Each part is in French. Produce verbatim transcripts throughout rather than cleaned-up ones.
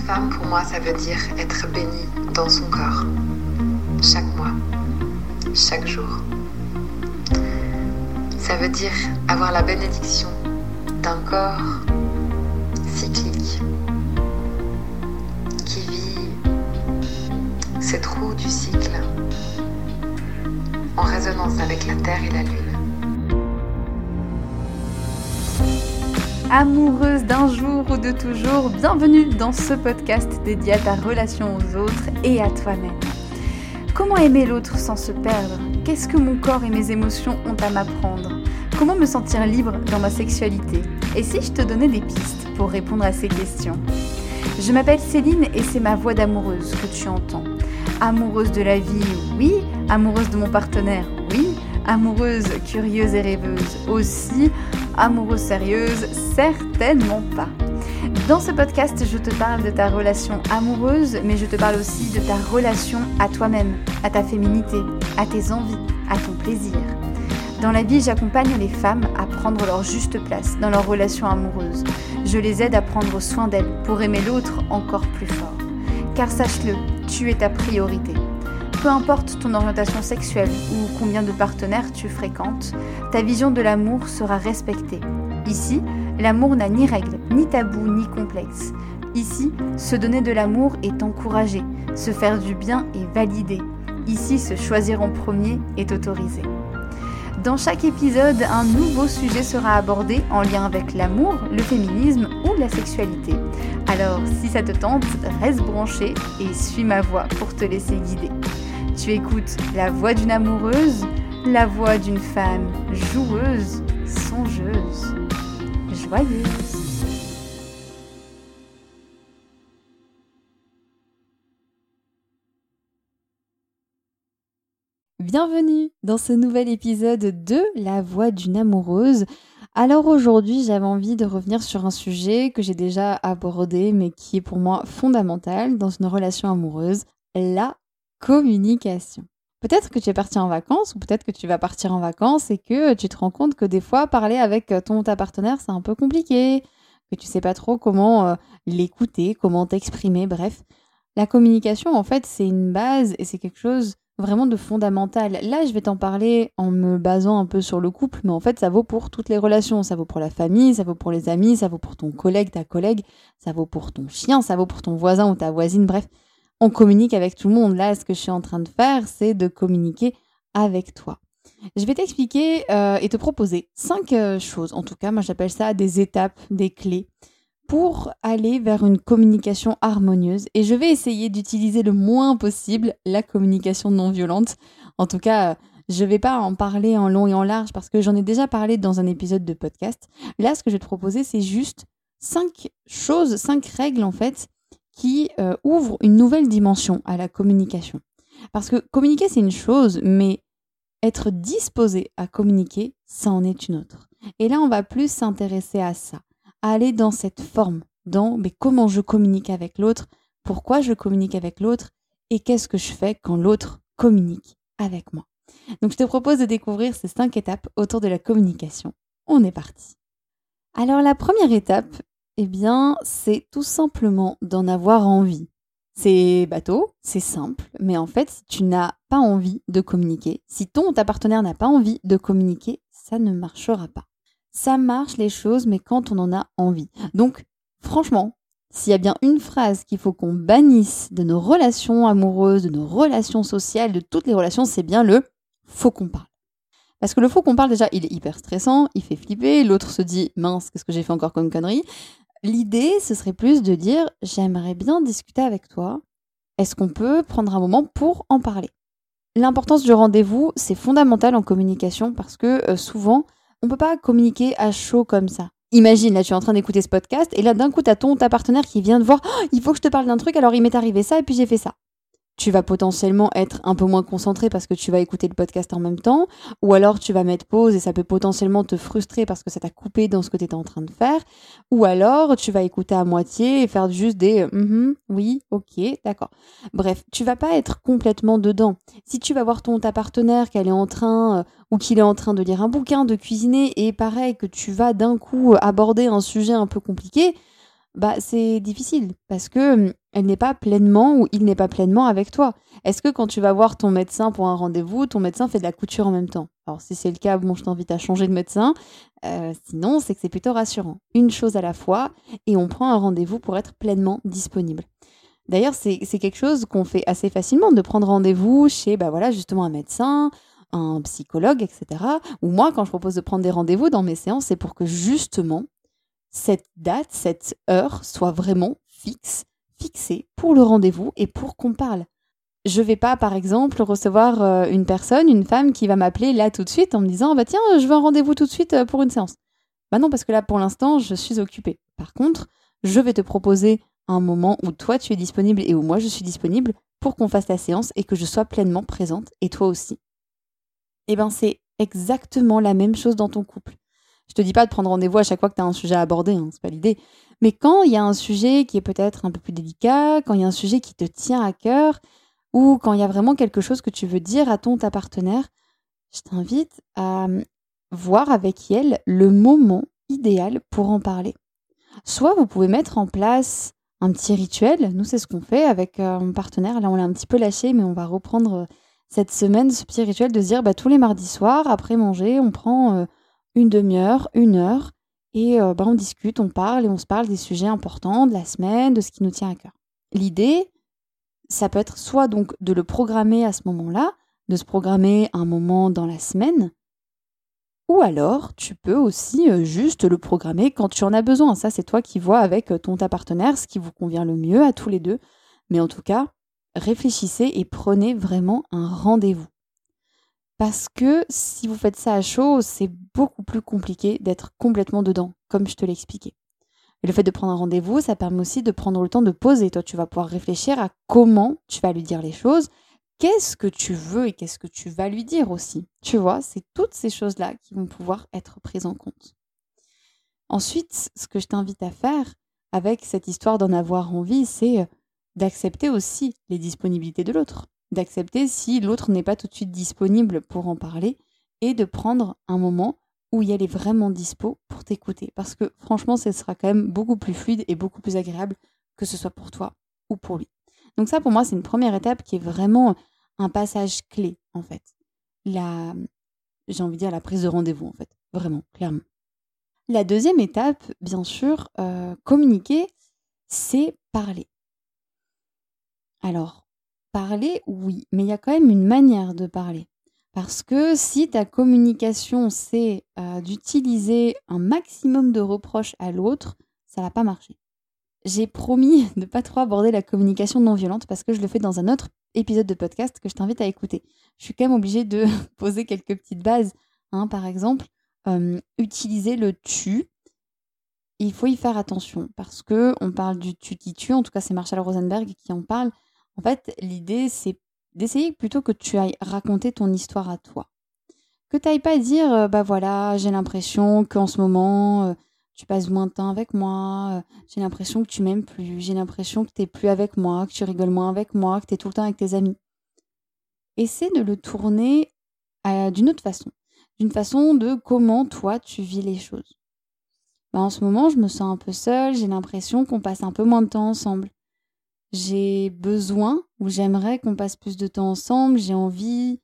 Femme, pour moi, ça veut dire être bénie dans son corps. Chaque mois, chaque jour. Ça veut dire avoir la bénédiction d'un corps cyclique qui vit ses trous du cycle en résonance avec la Terre et la Lune. Amoureuse d'un jour ou de toujours, bienvenue dans ce podcast dédié à ta relation aux autres et à toi-même. Comment aimer l'autre sans se perdre ? Qu'est-ce que mon corps et mes émotions ont à m'apprendre ? Comment me sentir libre dans ma sexualité ? Et si je te donnais des pistes pour répondre à ces questions ? Je m'appelle Céline et c'est ma voix d'amoureuse que tu entends. Amoureuse de la vie, oui. Amoureuse de mon partenaire, oui. Amoureuse, curieuse et rêveuse aussi. Amoureuse sérieuse, certainement pas. Dans ce podcast, je te parle de ta relation amoureuse, mais je te parle aussi de ta relation à toi-même, à ta féminité, à tes envies, à ton plaisir. Dans la vie, j'accompagne les femmes à prendre leur juste place dans leur relation amoureuse. Je les aide à prendre soin d'elles pour aimer l'autre encore plus fort. Car sache-le, tu es ta priorité. Peu importe ton orientation sexuelle ou combien de partenaires tu fréquentes, ta vision de l'amour sera respectée. Ici, l'amour n'a ni règles, ni tabous, ni complexes. Ici, se donner de l'amour est encouragé, se faire du bien est validé. Ici, se choisir en premier est autorisé. Dans chaque épisode, un nouveau sujet sera abordé en lien avec l'amour, le féminisme ou la sexualité. Alors, si ça te tente, reste branché et suis ma voix pour te laisser guider. Tu écoutes la voix d'une amoureuse, la voix d'une femme joueuse, songeuse, joyeuse. Bienvenue dans ce nouvel épisode de La voix d'une amoureuse. Alors aujourd'hui, j'avais envie de revenir sur un sujet que j'ai déjà abordé, mais qui est pour moi fondamental dans une relation amoureuse, la communication. Peut-être que tu es parti en vacances ou peut-être que tu vas partir en vacances et que tu te rends compte que des fois, parler avec ton ou ta partenaire, c'est un peu compliqué, que tu sais pas trop comment euh, l'écouter, comment t'exprimer, bref. La communication, en fait, c'est une base et c'est quelque chose vraiment de fondamental. Là, je vais t'en parler en me basant un peu sur le couple, mais en fait, ça vaut pour toutes les relations. Ça vaut pour la famille, ça vaut pour les amis, ça vaut pour ton collègue, ta collègue, ça vaut pour ton chien, ça vaut pour ton voisin ou ta voisine, bref. On communique avec tout le monde. Là, ce que je suis en train de faire, c'est de communiquer avec toi. Je vais t'expliquer euh, et te proposer cinq euh, choses. En tout cas, moi, j'appelle ça des étapes, des clés pour aller vers une communication harmonieuse. Et je vais essayer d'utiliser le moins possible la communication non violente. En tout cas, je ne vais pas en parler en long et en large parce que j'en ai déjà parlé dans un épisode de podcast. Là, ce que je vais te proposer, c'est juste cinq choses, cinq règles en fait, qui euh, ouvre une nouvelle dimension à la communication. Parce que communiquer, c'est une chose, mais être disposé à communiquer, ça en est une autre. Et là, on va plus s'intéresser à ça, à aller dans cette forme, dans mais comment je communique avec l'autre, pourquoi je communique avec l'autre, et qu'est-ce que je fais quand l'autre communique avec moi. Donc, je te propose de découvrir ces cinq étapes autour de la communication. On est parti. Alors, la première étape, eh bien, c'est tout simplement d'en avoir envie. C'est bateau, c'est simple, mais en fait, si tu n'as pas envie de communiquer, si ton ou ta partenaire n'a pas envie de communiquer, ça ne marchera pas. Ça marche les choses, mais quand on en a envie. Donc, franchement, s'il y a bien une phrase qu'il faut qu'on bannisse de nos relations amoureuses, de nos relations sociales, de toutes les relations, c'est bien le « faut qu'on parle ». Parce que le « faut qu'on parle », déjà, il est hyper stressant, il fait flipper, l'autre se dit « mince, qu'est-ce que j'ai fait encore comme connerie ?» L'idée, ce serait plus de dire « j'aimerais bien discuter avec toi. Est-ce qu'on peut prendre un moment pour en parler ?» L'importance du rendez-vous, c'est fondamental en communication parce que euh, souvent, on ne peut pas communiquer à chaud comme ça. Imagine, là, tu es en train d'écouter ce podcast et là, d'un coup, tu as ton ou ta partenaire qui vient te voir oh, « il faut que je te parle d'un truc, alors il m'est arrivé ça et puis j'ai fait ça. » Tu vas potentiellement être un peu moins concentré parce que tu vas écouter le podcast en même temps, ou alors tu vas mettre pause et ça peut potentiellement te frustrer parce que ça t'a coupé dans ce que tu étais en train de faire, ou alors tu vas écouter à moitié et faire juste des mm-hmm, « oui, ok, d'accord ». Bref, tu vas pas être complètement dedans. Si tu vas voir ton ta partenaire qu'elle est en train euh, ou qu'il est en train de lire un bouquin, de cuisiner, et pareil que tu vas d'un coup aborder un sujet un peu compliqué, bah c'est difficile parce que hum, elle n'est pas pleinement ou il n'est pas pleinement avec toi. Est-ce que quand tu vas voir ton médecin pour un rendez-vous, ton médecin fait de la couture en même temps? Alors si c'est le cas, bon, je t'invite à changer de médecin. Euh, sinon, c'est que c'est plutôt rassurant. Une chose à la fois et on prend un rendez-vous pour être pleinement disponible. D'ailleurs, c'est c'est quelque chose qu'on fait assez facilement, de prendre rendez-vous chez bah voilà, justement un médecin, un psychologue, et cetera. Ou moi, quand je propose de prendre des rendez-vous dans mes séances, c'est pour que justement cette date, cette heure soit vraiment fixe, fixée pour le rendez-vous et pour qu'on parle. Je vais pas, par exemple, recevoir euh, une personne, une femme qui va m'appeler là tout de suite en me disant bah tiens, je veux un rendez-vous tout de suite euh, pour une séance. Bah non, parce que là, pour l'instant, je suis occupée. Par contre, je vais te proposer un moment où toi, tu es disponible et où moi, je suis disponible pour qu'on fasse la séance et que je sois pleinement présente, et toi aussi. Eh ben, c'est exactement la même chose dans ton couple. Je te dis pas de prendre rendez-vous à chaque fois que tu as un sujet à aborder, hein, c'est pas l'idée. Mais quand il y a un sujet qui est peut-être un peu plus délicat, quand il y a un sujet qui te tient à cœur, ou quand il y a vraiment quelque chose que tu veux dire à ton ta partenaire, je t'invite à euh, voir avec elle le moment idéal pour en parler. Soit vous pouvez mettre en place un petit rituel. Nous, c'est ce qu'on fait avec euh, mon partenaire. Là, on l'a un petit peu lâché, mais on va reprendre euh, cette semaine ce petit rituel de se dire bah, tous les mardis soirs, après manger, on prend euh, une demi-heure, une heure, et euh, bah, on discute, on parle, et on se parle des sujets importants de la semaine, de ce qui nous tient à cœur. L'idée, ça peut être soit donc de le programmer à ce moment-là, de se programmer un moment dans la semaine, ou alors tu peux aussi euh, juste le programmer quand tu en as besoin. Ça, c'est toi qui vois avec euh, ton ta partenaire ce qui vous convient le mieux à tous les deux. Mais en tout cas, réfléchissez et prenez vraiment un rendez-vous. Parce que si vous faites ça à chaud, c'est beaucoup plus compliqué d'être complètement dedans, comme je te l'ai expliqué. Et le fait de prendre un rendez-vous, ça permet aussi de prendre le temps de poser. Toi, tu vas pouvoir réfléchir à comment tu vas lui dire les choses, qu'est-ce que tu veux et qu'est-ce que tu vas lui dire aussi. Tu vois, c'est toutes ces choses-là qui vont pouvoir être prises en compte. Ensuite, ce que je t'invite à faire avec cette histoire d'en avoir envie, c'est d'accepter aussi les disponibilités de l'autre. D'accepter si l'autre n'est pas tout de suite disponible pour en parler et de prendre un moment où elle est vraiment dispo pour t'écouter. Parce que franchement, ce sera quand même beaucoup plus fluide et beaucoup plus agréable que ce soit pour toi ou pour lui. Donc ça, pour moi, c'est une première étape qui est vraiment un passage clé, en fait. La, j'ai envie de dire la prise de rendez-vous, en fait. Vraiment, clairement. La deuxième étape, bien sûr, euh, communiquer, c'est parler. Alors, parler, oui, mais il y a quand même une manière de parler. Parce que si ta communication, c'est euh, d'utiliser un maximum de reproches à l'autre, ça va pas marcher. J'ai promis de pas trop aborder la communication non violente parce que je le fais dans un autre épisode de podcast que je t'invite à écouter. Je suis quand même obligée de poser quelques petites bases. Hein, par exemple, euh, utiliser le tu. Il faut y faire attention parce que on parle du tu qui tue. En tout cas, c'est Marshall Rosenberg qui en parle. En fait, l'idée, c'est d'essayer plutôt que tu ailles raconter ton histoire à toi. Que tu n'ailles pas dire, euh, bah voilà, j'ai l'impression qu'en ce moment, euh, tu passes moins de temps avec moi, euh, j'ai l'impression que tu m'aimes plus, j'ai l'impression que tu n'es plus avec moi, que tu rigoles moins avec moi, que tu es tout le temps avec tes amis. Essaie de le tourner euh, d'une autre façon. D'une façon de comment toi, tu vis les choses. Bah, en ce moment, je me sens un peu seule, j'ai l'impression qu'on passe un peu moins de temps ensemble. J'ai besoin, ou j'aimerais qu'on passe plus de temps ensemble, j'ai envie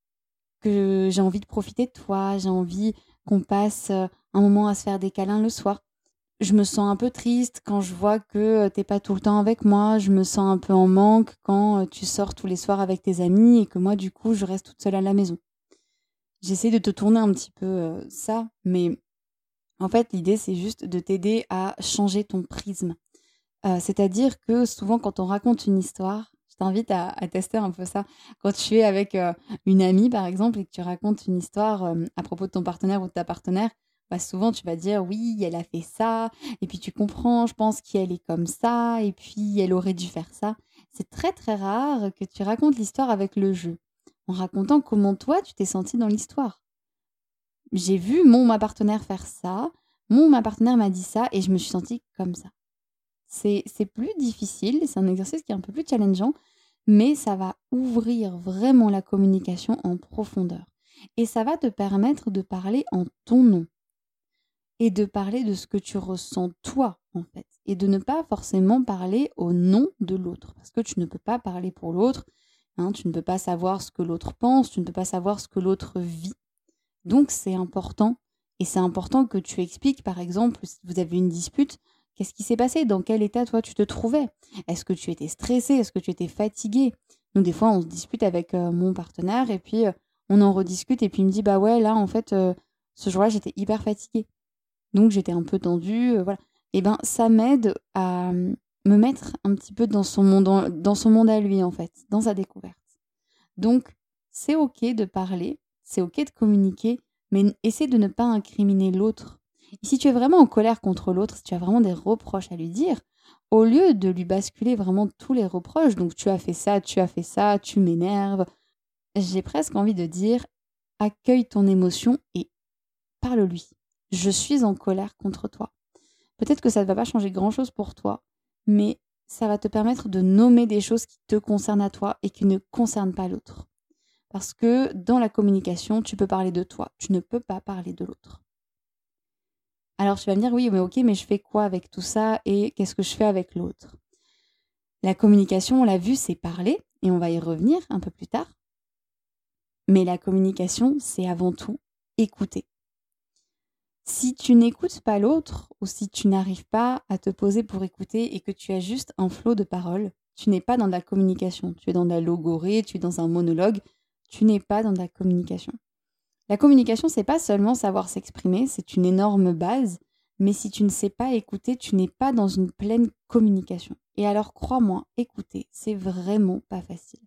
que j'ai envie de profiter de toi, j'ai envie qu'on passe euh, un moment à se faire des câlins le soir. Je me sens un peu triste quand je vois que euh, t'es pas tout le temps avec moi, je me sens un peu en manque quand euh, tu sors tous les soirs avec tes amis et que moi du coup je reste toute seule à la maison. J'essaie de te tourner un petit peu euh, ça, mais en fait l'idée c'est juste de t'aider à changer ton prisme. Euh, c'est-à-dire que souvent quand on raconte une histoire, je t'invite à, à tester un peu ça. Quand tu es avec euh, une amie par exemple et que tu racontes une histoire euh, à propos de ton partenaire ou de ta partenaire, bah souvent tu vas dire oui, elle a fait ça, et puis tu comprends, je pense qu'elle est comme ça, et puis elle aurait dû faire ça. C'est très très rare que tu racontes l'histoire avec le jeu, en racontant comment toi tu t'es senti dans l'histoire. J'ai vu mon ma partenaire faire ça, mon ma partenaire m'a dit ça, et je me suis sentie comme ça. C'est, c'est plus difficile, c'est un exercice qui est un peu plus challengeant, mais ça va ouvrir vraiment la communication en profondeur. Et ça va te permettre de parler en ton nom et de parler de ce que tu ressens toi, en fait. et de ne pas forcément parler au nom de l'autre. Parce que tu ne peux pas parler pour l'autre, hein, tu ne peux pas savoir ce que l'autre pense, tu ne peux pas savoir ce que l'autre vit. Donc c'est important, et c'est important que tu expliques, par exemple, si vous avez une dispute, qu'est-ce qui s'est passé, dans quel état toi tu te trouvais. Est-ce que tu étais stressé, est-ce que tu étais fatigué? Nous, des fois, on se dispute avec euh, mon partenaire, et puis euh, on en rediscute, et puis il me dit, bah ouais, là, en fait, euh, ce jour-là, j'étais hyper fatiguée. Donc j'étais un peu tendue, euh, voilà. Et ben ça m'aide à euh, me mettre un petit peu dans son monde, en- dans son monde à lui, en fait, dans sa découverte. Donc c'est ok de parler, c'est ok de communiquer, mais n- essaie de ne pas incriminer l'autre. Et si tu es vraiment en colère contre l'autre, si tu as vraiment des reproches à lui dire, au lieu de lui basculer vraiment tous les reproches, donc tu as fait ça, tu as fait ça, tu m'énerves, j'ai presque envie de dire accueille ton émotion et parle-lui. Je suis en colère contre toi. Peut-être que ça ne va pas changer grand-chose pour toi, mais ça va te permettre de nommer des choses qui te concernent à toi et qui ne concernent pas l'autre. Parce que dans la communication, tu peux parler de toi, tu ne peux pas parler de l'autre. Alors tu vas me dire, oui, mais ok, mais je fais quoi avec tout ça et qu'est-ce que je fais avec l'autre? La communication, on l'a vu, c'est parler, et on va y revenir un peu plus tard. Mais la communication, c'est avant tout écouter. Si tu n'écoutes pas l'autre, ou si tu n'arrives pas à te poser pour écouter et que tu as juste un flot de paroles, tu n'es pas dans de la communication. Tu es dans de la logorée, tu es dans un monologue, tu n'es pas dans de la communication. La communication, c'est pas seulement savoir s'exprimer, c'est une énorme base, mais si tu ne sais pas écouter, tu n'es pas dans une pleine communication. Et alors, crois-moi, écouter, c'est vraiment pas facile.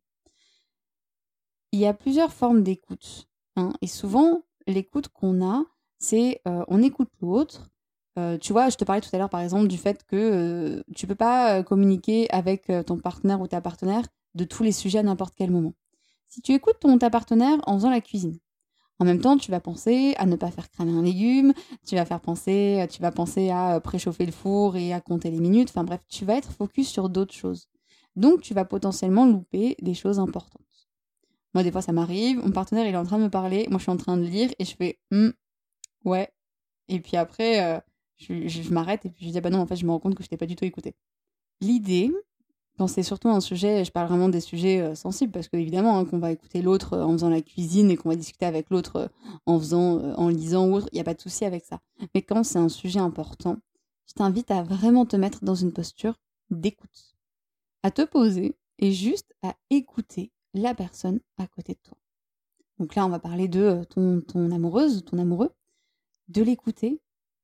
Il y a plusieurs formes d'écoute, hein, et souvent, l'écoute qu'on a, c'est euh, on écoute l'autre. Euh, tu vois, je te parlais tout à l'heure, par exemple, du fait que euh, tu peux pas euh, communiquer avec euh, ton partenaire ou ta partenaire de tous les sujets à n'importe quel moment. Si tu écoutes ton ta partenaire en faisant la cuisine, en même temps, tu vas penser à ne pas faire cramer un légume, tu vas faire penser, tu vas penser à préchauffer le four et à compter les minutes. Enfin bref, tu vas être focus sur d'autres choses. Donc, tu vas potentiellement louper des choses importantes. Moi, des fois, ça m'arrive. Mon partenaire, il est en train de me parler. Moi, je suis en train de lire et je fais hm, ouais. Et puis après, euh, je, je, je m'arrête et puis je dis ah bah non, en fait, je me rends compte que je t'ai pas du tout écouté. L'idée, quand c'est surtout un sujet, je parle vraiment des sujets euh, sensibles parce qu'évidemment, hein, qu'on va écouter l'autre euh, en faisant la cuisine et qu'on va discuter avec l'autre euh, en faisant, euh, en lisant ou autre, il n'y a pas de souci avec ça. Mais quand c'est un sujet important, je t'invite à vraiment te mettre dans une posture d'écoute, à te poser et juste à écouter la personne à côté de toi. Donc là, on va parler de euh, ton, ton amoureuse, ton amoureux, de l'écouter,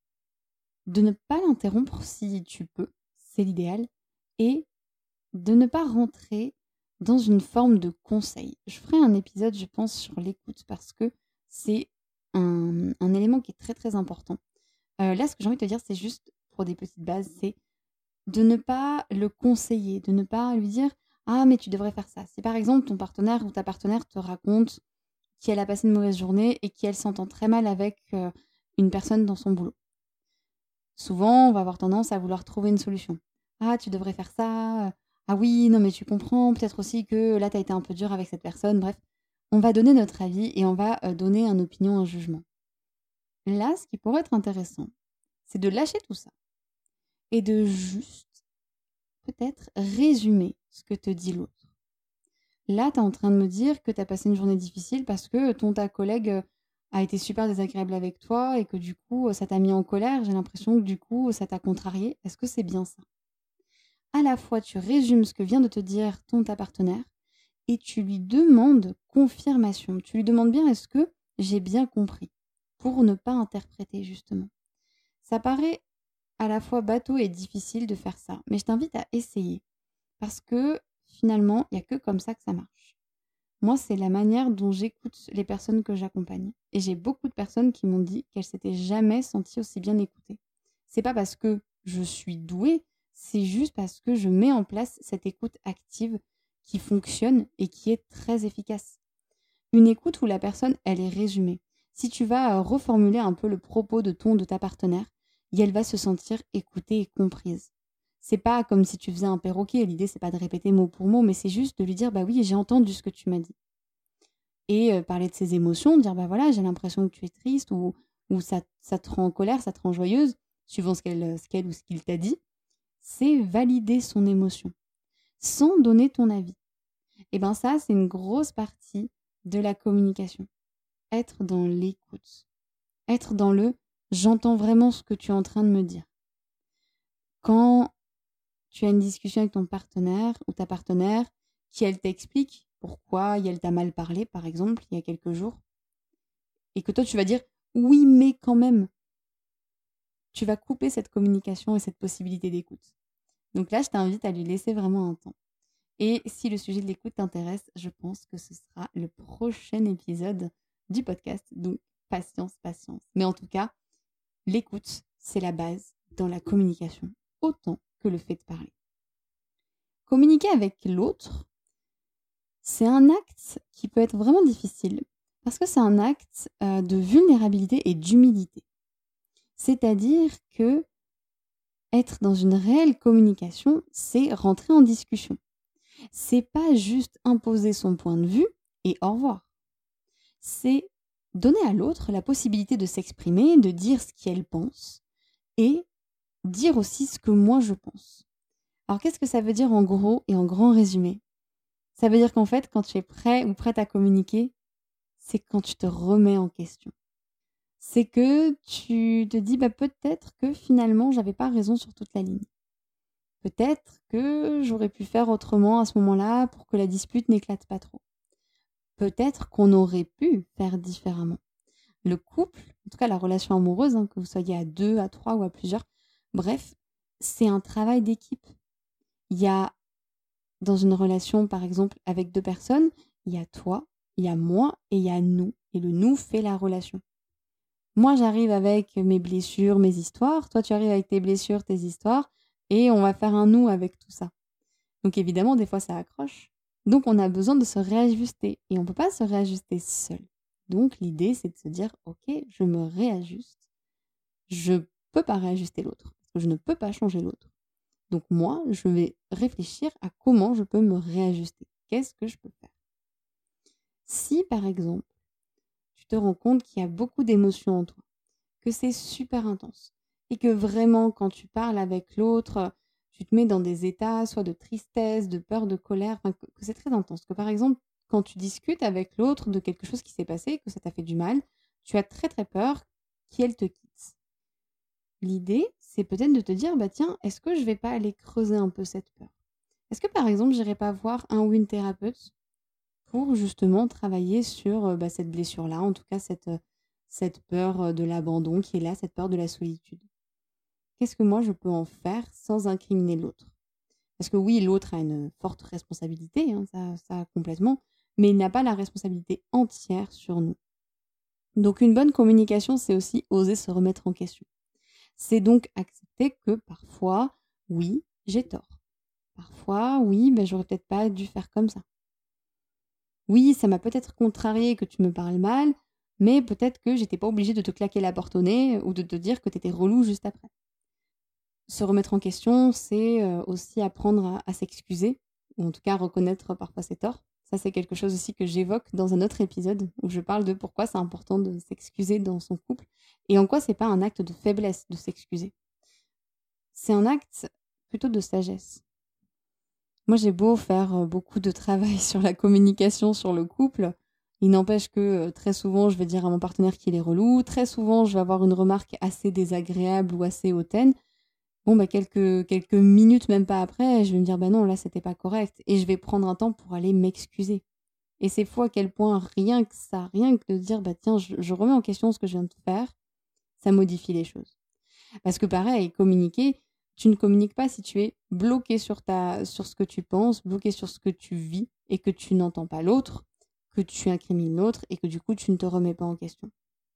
de ne pas l'interrompre si tu peux, c'est l'idéal, et de ne pas rentrer dans une forme de conseil. Je ferai un épisode, je pense, sur l'écoute parce que c'est un, un élément qui est très très important. Euh, là, ce que j'ai envie de te dire, c'est juste pour des petites bases, c'est de ne pas le conseiller, de ne pas lui dire « Ah, mais tu devrais faire ça ». Si par exemple, ton partenaire ou ta partenaire te raconte qu'elle a passé une mauvaise journée et qu'elle s'entend très mal avec euh, une personne dans son boulot. Souvent, on va avoir tendance à vouloir trouver une solution. Ah, tu devrais faire ça. Ah oui, non, mais tu comprends. Peut-être aussi que là, tu as été un peu dur avec cette personne. Bref, on va donner notre avis et on va euh, donner une opinion, un jugement. Là, ce qui pourrait être intéressant, c'est de lâcher tout ça et de juste, peut-être, résumer ce que te dit l'autre. Là, tu es en train de me dire que tu as passé une journée difficile parce que ton ta collègue a été super désagréable avec toi et que du coup, ça t'a mis en colère. J'ai l'impression que du coup, ça t'a contrarié. Est-ce que c'est bien ça? À la fois, tu résumes ce que vient de te dire ton ta partenaire et tu lui demandes confirmation. Tu lui demandes bien est-ce que j'ai bien compris pour ne pas interpréter justement. Ça paraît à la fois bateau et difficile de faire ça, mais je t'invite à essayer parce que finalement, il n'y a que comme ça que ça marche. Moi, c'est la manière dont j'écoute les personnes que j'accompagne. Et j'ai beaucoup de personnes qui m'ont dit qu'elles s'étaient jamais senties aussi bien écoutées. C'est pas parce que je suis douée, c'est juste parce que je mets en place cette écoute active qui fonctionne et qui est très efficace. Une écoute où la personne, elle est résumée. Si tu vas reformuler un peu le propos de ton de ta partenaire, elle va se sentir écoutée et comprise. C'est pas comme si tu faisais un perroquet. L'idée, c'est pas de répéter mot pour mot, mais c'est juste de lui dire, bah oui, j'ai entendu ce que tu m'as dit. Et euh, parler de ses émotions, dire, bah voilà, j'ai l'impression que tu es triste ou, ou ça, ça te rend en colère, ça te rend joyeuse, suivant ce qu'elle, ce qu'elle ou ce qu'il t'a dit. c'est valider son émotion, sans donner ton avis. Et bien ça, c'est une grosse partie de la communication. Être dans l'écoute. Être dans le « j'entends vraiment ce que tu es en train de me dire ». Quand tu as une discussion avec ton partenaire ou ta partenaire, qui elle t'explique pourquoi elle t'a mal parlé, par exemple, il y a quelques jours, et que toi tu vas dire « oui, mais quand même », tu vas couper cette communication et cette possibilité d'écoute. Donc là, je t'invite à lui laisser vraiment un temps. Et si le sujet de l'écoute t'intéresse, je pense que ce sera le prochain épisode du podcast. Donc, patience, patience. Mais en tout cas, l'écoute, c'est la base dans la communication, autant que le fait de parler. Communiquer avec l'autre, c'est un acte qui peut être vraiment difficile parce que c'est un acte euh, de vulnérabilité et d'humilité. C'est-à-dire que être dans une réelle communication, c'est rentrer en discussion. C'est pas juste imposer son point de vue et au revoir. C'est donner à l'autre la possibilité de s'exprimer, de dire ce qu'elle pense et dire aussi ce que moi je pense. Alors qu'est-ce que ça veut dire en gros et en grand résumé ? Ça veut dire qu'en fait, quand tu es prêt ou prête à communiquer, c'est quand tu te remets en question. C'est que tu te dis bah, peut-être que finalement, j'avais pas raison sur toute la ligne. Peut-être que j'aurais pu faire autrement à ce moment-là pour que la dispute n'éclate pas trop. Peut-être qu'on aurait pu faire différemment. Le couple, en tout cas la relation amoureuse, hein, que vous soyez à deux, à trois ou à plusieurs, bref, c'est un travail d'équipe. Il y a, dans une relation par exemple avec deux personnes, il y a toi, il y a moi et il y a nous. Et le nous fait la relation. Moi j'arrive avec mes blessures, mes histoires, toi tu arrives avec tes blessures, tes histoires, et on va faire un nous avec tout ça. Donc évidemment, des fois ça accroche. Donc on a besoin de se réajuster et on ne peut pas se réajuster seul. Donc l'idée c'est de se dire ok, je me réajuste. Je ne peux pas réajuster l'autre parce que je ne peux pas changer l'autre. Donc moi, je vais réfléchir à comment je peux me réajuster. Qu'est-ce que je peux faire ? Si par exemple, tu te rends compte qu'il y a beaucoup d'émotions en toi, que c'est super intense et que vraiment quand tu parles avec l'autre, tu te mets dans des états soit de tristesse, de peur, de colère, que, que c'est très intense. Que par exemple, quand tu discutes avec l'autre de quelque chose qui s'est passé, que ça t'a fait du mal, tu as très très peur qu'elle te quitte. L'idée, c'est peut-être de te dire, bah tiens, est-ce que je vais pas aller creuser un peu cette peur ? Est-ce que par exemple, j'irai pas voir un ou une thérapeute pour justement travailler sur bah, cette blessure-là, en tout cas cette, cette peur de l'abandon qui est là, cette peur de la solitude ? Qu'est-ce que moi je peux en faire sans incriminer l'autre ? Parce que oui, l'autre a une forte responsabilité, hein, ça, ça complètement, mais il n'a pas la responsabilité entière sur nous. Donc une bonne communication, c'est aussi oser se remettre en question. C'est donc accepter que parfois, oui, j'ai tort. Parfois, oui, ben, j'aurais peut-être pas dû faire comme ça. Oui, ça m'a peut-être contrarié que tu me parles mal, mais peut-être que j'étais pas obligée de te claquer la porte au nez ou de te dire que t'étais relou juste après. Se remettre en question, c'est aussi apprendre à, à s'excuser, ou en tout cas reconnaître parfois ses torts. Ça, c'est quelque chose aussi que j'évoque dans un autre épisode où je parle de pourquoi c'est important de s'excuser dans son couple et en quoi c'est pas un acte de faiblesse de s'excuser. C'est un acte plutôt de sagesse. Moi, j'ai beau faire beaucoup de travail sur la communication, sur le couple, il n'empêche que très souvent, je vais dire à mon partenaire qu'il est relou, très souvent, je vais avoir une remarque assez désagréable ou assez hautaine. Bon, bah, quelques, quelques minutes, même pas après, je vais me dire, bah non, là, c'était pas correct. Et je vais prendre un temps pour aller m'excuser. Et c'est fou à quel point, rien que ça, rien que de dire, bah tiens, je, je remets en question ce que je viens de faire, ça modifie les choses. Parce que pareil, communiquer, tu ne communiques pas si tu es bloqué sur, ta, sur ce que tu penses, bloqué sur ce que tu vis et que tu n'entends pas l'autre, que tu incrimines l'autre et que du coup, tu ne te remets pas en question.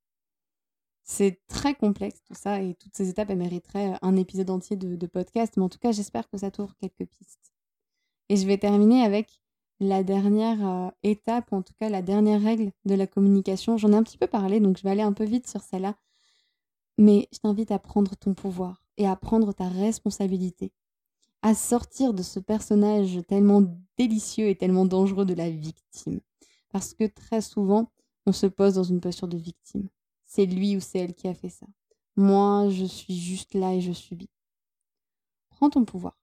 C'est très complexe tout ça et toutes ces étapes, elles mériteraient un épisode entier de, de podcast, mais en tout cas, j'espère que ça t'ouvre quelques pistes. Et je vais terminer avec la dernière euh, étape, en tout cas la dernière règle de la communication. J'en ai un petit peu parlé, donc je vais aller un peu vite sur celle-là. Mais je t'invite à prendre ton pouvoir et à prendre ta responsabilité, à sortir de ce personnage tellement délicieux et tellement dangereux de la victime. Parce que très souvent, on se pose dans une posture de victime. C'est lui ou c'est elle qui a fait ça. Moi, je suis juste là et je subis. prends ton pouvoir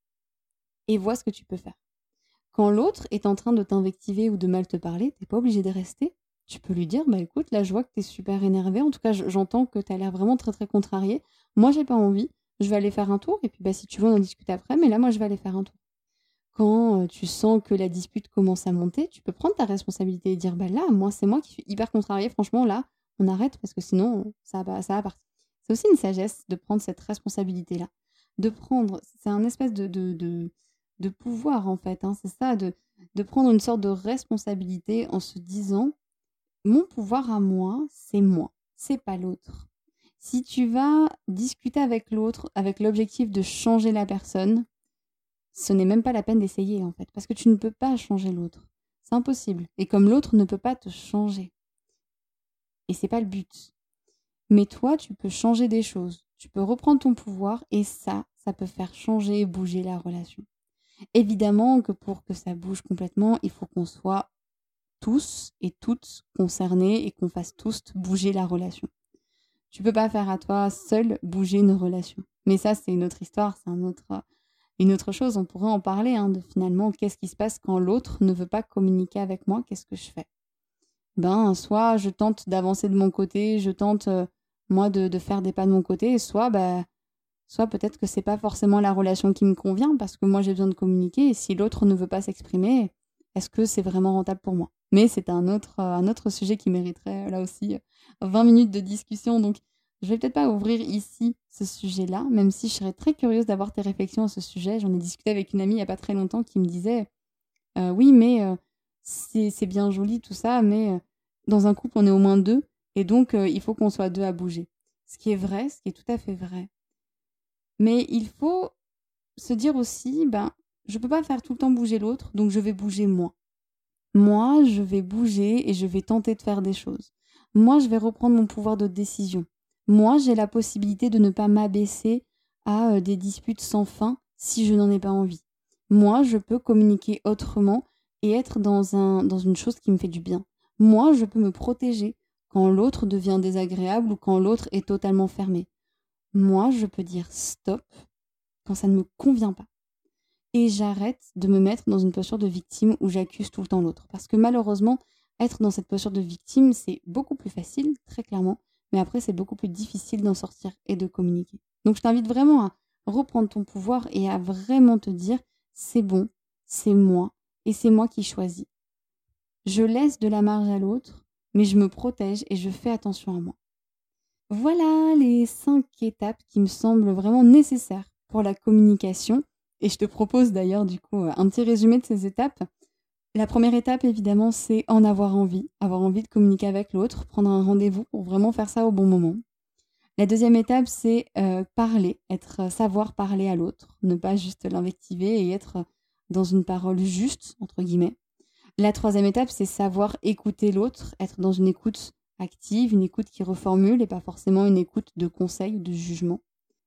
et vois ce que tu peux faire. Quand l'autre est en train de t'invectiver ou de mal te parler, t'es pas obligé de rester. Tu peux lui dire, bah écoute, là je vois que t'es super énervé, en tout cas j'entends que t'as l'air vraiment très très contrarié. Moi j'ai pas envie, je vais aller faire un tour, et puis bah si tu veux on en discute après, mais là moi je vais aller faire un tour. Quand euh, tu sens que la dispute commence à monter, tu peux prendre ta responsabilité et dire, bah là, moi c'est moi qui suis hyper contrarié, franchement là, on arrête parce que sinon ça va, ça va partir. C'est aussi une sagesse de prendre cette responsabilité-là. De prendre, c'est un espèce de, de, de, de pouvoir en fait, hein, c'est ça, de, de prendre une sorte de responsabilité en se disant, mon pouvoir à moi, c'est moi, c'est pas l'autre. Si tu vas discuter avec l'autre avec l'objectif de changer la personne, ce n'est même pas la peine d'essayer en fait, parce que tu ne peux pas changer l'autre. C'est impossible. Et comme l'autre ne peut pas te changer. Et c'est pas le but. Mais toi, tu peux changer des choses. Tu peux reprendre ton pouvoir et ça, ça peut faire changer et bouger la relation. Évidemment que pour que ça bouge complètement, il faut qu'on soit tous et toutes concernés et qu'on fasse tous bouger la relation. Tu peux pas faire à toi seul bouger une relation. Mais ça, c'est une autre histoire, c'est un autre, une autre chose. On pourrait en parler, hein, de finalement qu'est-ce qui se passe quand l'autre ne veut pas communiquer avec moi, qu'est-ce que je fais? Ben, soit je tente d'avancer de mon côté, je tente, euh, moi, de, de faire des pas de mon côté, soit, ben, soit peut-être que c'est pas forcément la relation qui me convient parce que moi, j'ai besoin de communiquer et si l'autre ne veut pas s'exprimer, est-ce que c'est vraiment rentable pour moi? Mais c'est un autre, euh, un autre sujet qui mériterait, là aussi, euh, vingt minutes de discussion. Donc, je vais peut-être pas ouvrir ici ce sujet-là, même si je serais très curieuse d'avoir tes réflexions à ce sujet. J'en ai discuté avec une amie il y a pas très longtemps qui me disait euh, oui, mais euh, c'est, c'est bien joli tout ça, mais euh, dans un couple, on est au moins deux, et donc euh, il faut qu'on soit deux à bouger. Ce qui est vrai, ce qui est tout à fait vrai. Mais il faut se dire aussi, ben, je peux pas faire tout le temps bouger l'autre, donc je vais bouger moi. Moi, je vais bouger et je vais tenter de faire des choses. Moi, je vais reprendre mon pouvoir de décision. Moi, j'ai la possibilité de ne pas m'abaisser à euh, des disputes sans fin si je n'en ai pas envie. Moi, je peux communiquer autrement et être dans, un, dans une chose qui me fait du bien. Moi, je peux me protéger quand l'autre devient désagréable ou quand l'autre est totalement fermé. Moi, je peux dire stop quand ça ne me convient pas. Et j'arrête de me mettre dans une posture de victime où j'accuse tout le temps l'autre. Parce que malheureusement, être dans cette posture de victime, c'est beaucoup plus facile, très clairement, mais après, c'est beaucoup plus difficile d'en sortir et de communiquer. Donc, je t'invite vraiment à reprendre ton pouvoir et à vraiment te dire, c'est bon, c'est moi, et c'est moi qui choisis. Je laisse de la marge à l'autre, mais je me protège et je fais attention à moi. Voilà les cinq étapes qui me semblent vraiment nécessaires pour la communication. Et je te propose d'ailleurs du coup un petit résumé de ces étapes. La première étape, évidemment, c'est en avoir envie, avoir envie de communiquer avec l'autre, prendre un rendez-vous pour vraiment faire ça au bon moment. La deuxième étape, c'est euh, parler, être, savoir parler à l'autre, ne pas juste l'invectiver et être dans une parole juste, entre guillemets. La troisième étape, c'est savoir écouter l'autre, être dans une écoute active, une écoute qui reformule et pas forcément une écoute de conseil ou de jugement.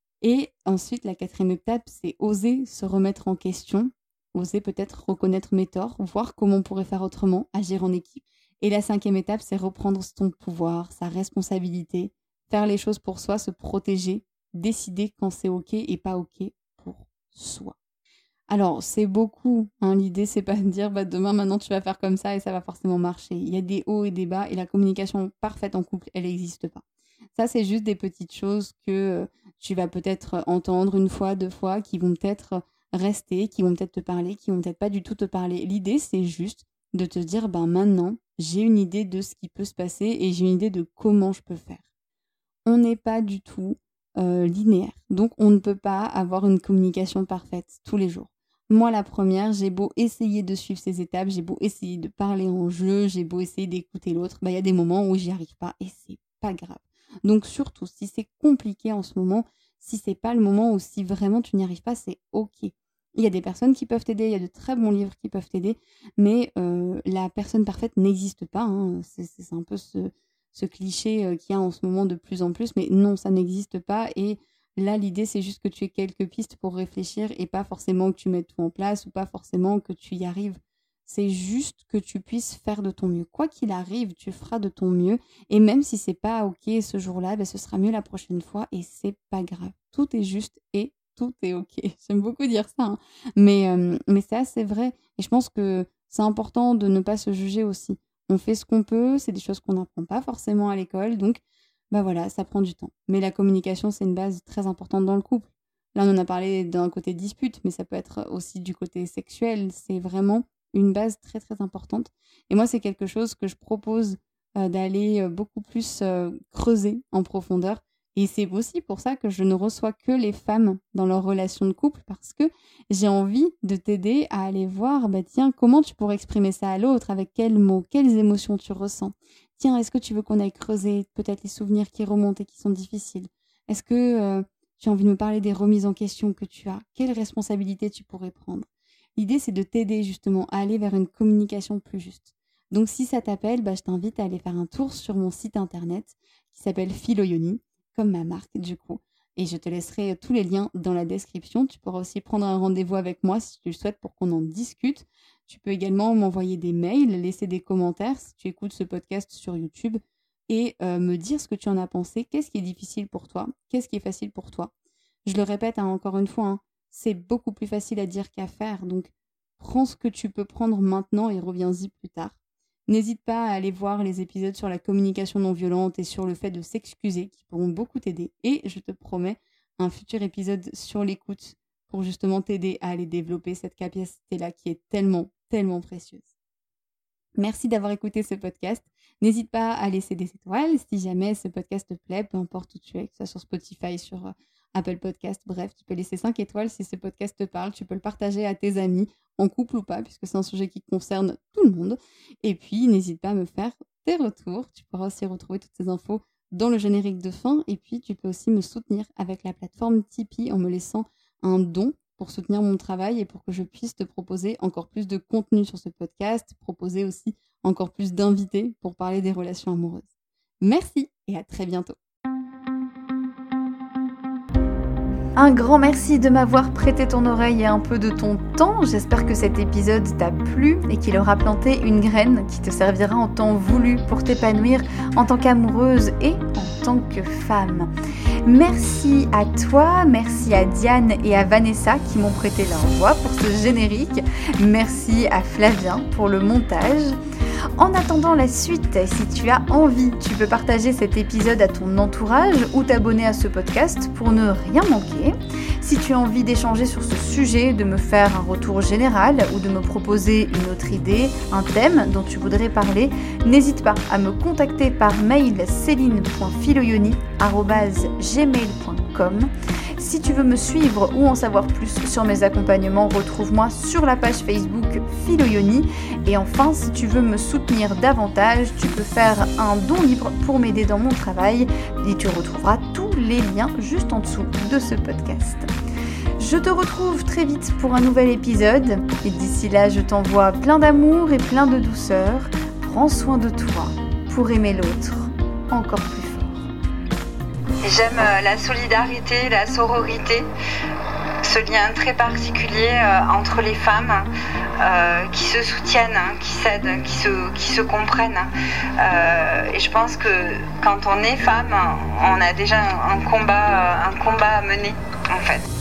Et ensuite, la quatrième étape, c'est oser se remettre en question, oser peut-être reconnaître mes torts, voir comment on pourrait faire autrement, agir en équipe. Et la cinquième étape, c'est reprendre son pouvoir, sa responsabilité, faire les choses pour soi, se protéger, décider quand c'est OK et pas OK pour soi. Alors, c'est beaucoup, hein, l'idée, c'est pas de dire bah, demain, maintenant, tu vas faire comme ça et ça va forcément marcher. Il y a des hauts et des bas et la communication parfaite en couple, elle n'existe pas. Ça, c'est juste des petites choses que tu vas peut-être entendre une fois, deux fois, qui vont peut-être rester, qui vont peut-être te parler, qui vont peut-être pas du tout te parler. L'idée, c'est juste de te dire, ben maintenant, j'ai une idée de ce qui peut se passer et j'ai une idée de comment je peux faire. On n'est pas du tout euh, linéaire. Donc, on ne peut pas avoir une communication parfaite tous les jours. Moi, la première, j'ai beau essayer de suivre ces étapes, j'ai beau essayer de parler en jeu, j'ai beau essayer d'écouter l'autre, bah, y a des moments où j'y arrive pas et c'est pas grave. Donc surtout, si c'est compliqué en ce moment, si c'est pas le moment ou si vraiment tu n'y arrives pas, c'est OK. Il y a des personnes qui peuvent t'aider, il y a de très bons livres qui peuvent t'aider, mais euh, la personne parfaite n'existe pas. Hein. C'est, c'est un peu ce, ce cliché euh, qu'il y a en ce moment de plus en plus, mais non, ça n'existe pas. Et là, l'idée, c'est juste que tu aies quelques pistes pour réfléchir et pas forcément que tu mettes tout en place ou pas forcément que tu y arrives. C'est juste que tu puisses faire de ton mieux. Quoi qu'il arrive, tu feras de ton mieux. Et même si c'est pas OK ce jour-là, ben ce sera mieux la prochaine fois et c'est pas grave. Tout est juste et tout est ok. J'aime beaucoup dire ça, hein. mais, euh, mais c'est assez vrai. Et je pense que c'est important de ne pas se juger aussi. On fait ce qu'on peut, c'est des choses qu'on n'apprend pas forcément à l'école, donc bah voilà, ça prend du temps. Mais la communication, c'est une base très importante dans le couple. Là, on en a parlé d'un côté dispute, mais ça peut être aussi du côté sexuel. C'est vraiment une base très très importante. Et moi, c'est quelque chose que je propose euh, d'aller euh, beaucoup plus euh, creuser en profondeur. Et c'est aussi pour ça que je ne reçois que les femmes dans leur relation de couple, parce que j'ai envie de t'aider à aller voir, bah tiens, comment tu pourrais exprimer ça à l'autre, avec quels mots, quelles émotions tu ressens. Tiens, est-ce que tu veux qu'on aille creuser peut-être les souvenirs qui remontent et qui sont difficiles? Est-ce que euh, tu as envie de me parler des remises en question que tu as? Quelles responsabilités tu pourrais prendre? L'idée, c'est de t'aider justement à aller vers une communication plus juste. Donc, si ça t'appelle, bah, je t'invite à aller faire un tour sur mon site internet qui s'appelle Philoyoni, comme ma marque du coup. Et je te laisserai tous les liens dans la description. Tu pourras aussi prendre un rendez-vous avec moi si tu le souhaites pour qu'on en discute. Tu peux également m'envoyer des mails, laisser des commentaires si tu écoutes ce podcast sur YouTube et euh, me dire ce que tu en as pensé. Qu'est-ce qui est difficile pour toi? Qu'est-ce qui est facile pour toi? Je le répète hein, encore une fois, hein, c'est beaucoup plus facile à dire qu'à faire. Donc, prends ce que tu peux prendre maintenant et reviens-y plus tard. N'hésite pas à aller voir les épisodes sur la communication non violente et sur le fait de s'excuser qui pourront beaucoup t'aider. Et je te promets un futur épisode sur l'écoute pour justement t'aider à aller développer cette capacité-là qui est tellement, tellement précieuse. Merci d'avoir écouté ce podcast. N'hésite pas à laisser des étoiles si jamais ce podcast te plaît, peu importe où tu es, que ce soit sur Spotify, sur euh, Apple Podcast, bref, tu peux laisser cinq étoiles si ce podcast te parle, tu peux le partager à tes amis, en couple ou pas, puisque c'est un sujet qui concerne tout le monde. Et puis, n'hésite pas à me faire tes retours, tu pourras aussi retrouver toutes ces infos dans le générique de fin, et puis tu peux aussi me soutenir avec la plateforme Tipeee en me laissant un don pour soutenir mon travail et pour que je puisse te proposer encore plus de contenu sur ce podcast, proposer aussi encore plus d'invités pour parler des relations amoureuses. Merci et à très bientôt. Un grand merci de m'avoir prêté ton oreille et un peu de ton temps. J'espère que cet épisode t'a plu et qu'il aura planté une graine qui te servira en temps voulu pour t'épanouir en tant qu'amoureuse et en tant que femme. Merci à toi, merci à Diane et à Vanessa qui m'ont prêté leur voix pour ce générique. Merci à Flavien pour le montage. En attendant la suite, si tu as envie, tu peux partager cet épisode à ton entourage ou t'abonner à ce podcast pour ne rien manquer. Si tu as envie d'échanger sur ce sujet, de me faire un retour général ou de me proposer une autre idée, un thème dont tu voudrais parler, n'hésite pas à me contacter par mail céline point philoyoni arobase gmail point com. Si tu veux me suivre ou en savoir plus sur mes accompagnements, retrouve-moi sur la page Facebook Philoyoni. Et enfin, si tu veux me soutenir davantage, tu peux faire un don libre pour m'aider dans mon travail et tu retrouveras tous les liens juste en dessous de ce podcast. Je te retrouve très vite pour un nouvel épisode et d'ici là, je t'envoie plein d'amour et plein de douceur. Prends soin de toi pour aimer l'autre encore plus fort. J'aime la solidarité, la sororité, ce lien très particulier entre les femmes euh, qui se soutiennent, qui s'aident, qui se, qui se comprennent. Euh, et je pense que quand on est femme, on a déjà un combat, un combat à mener en fait.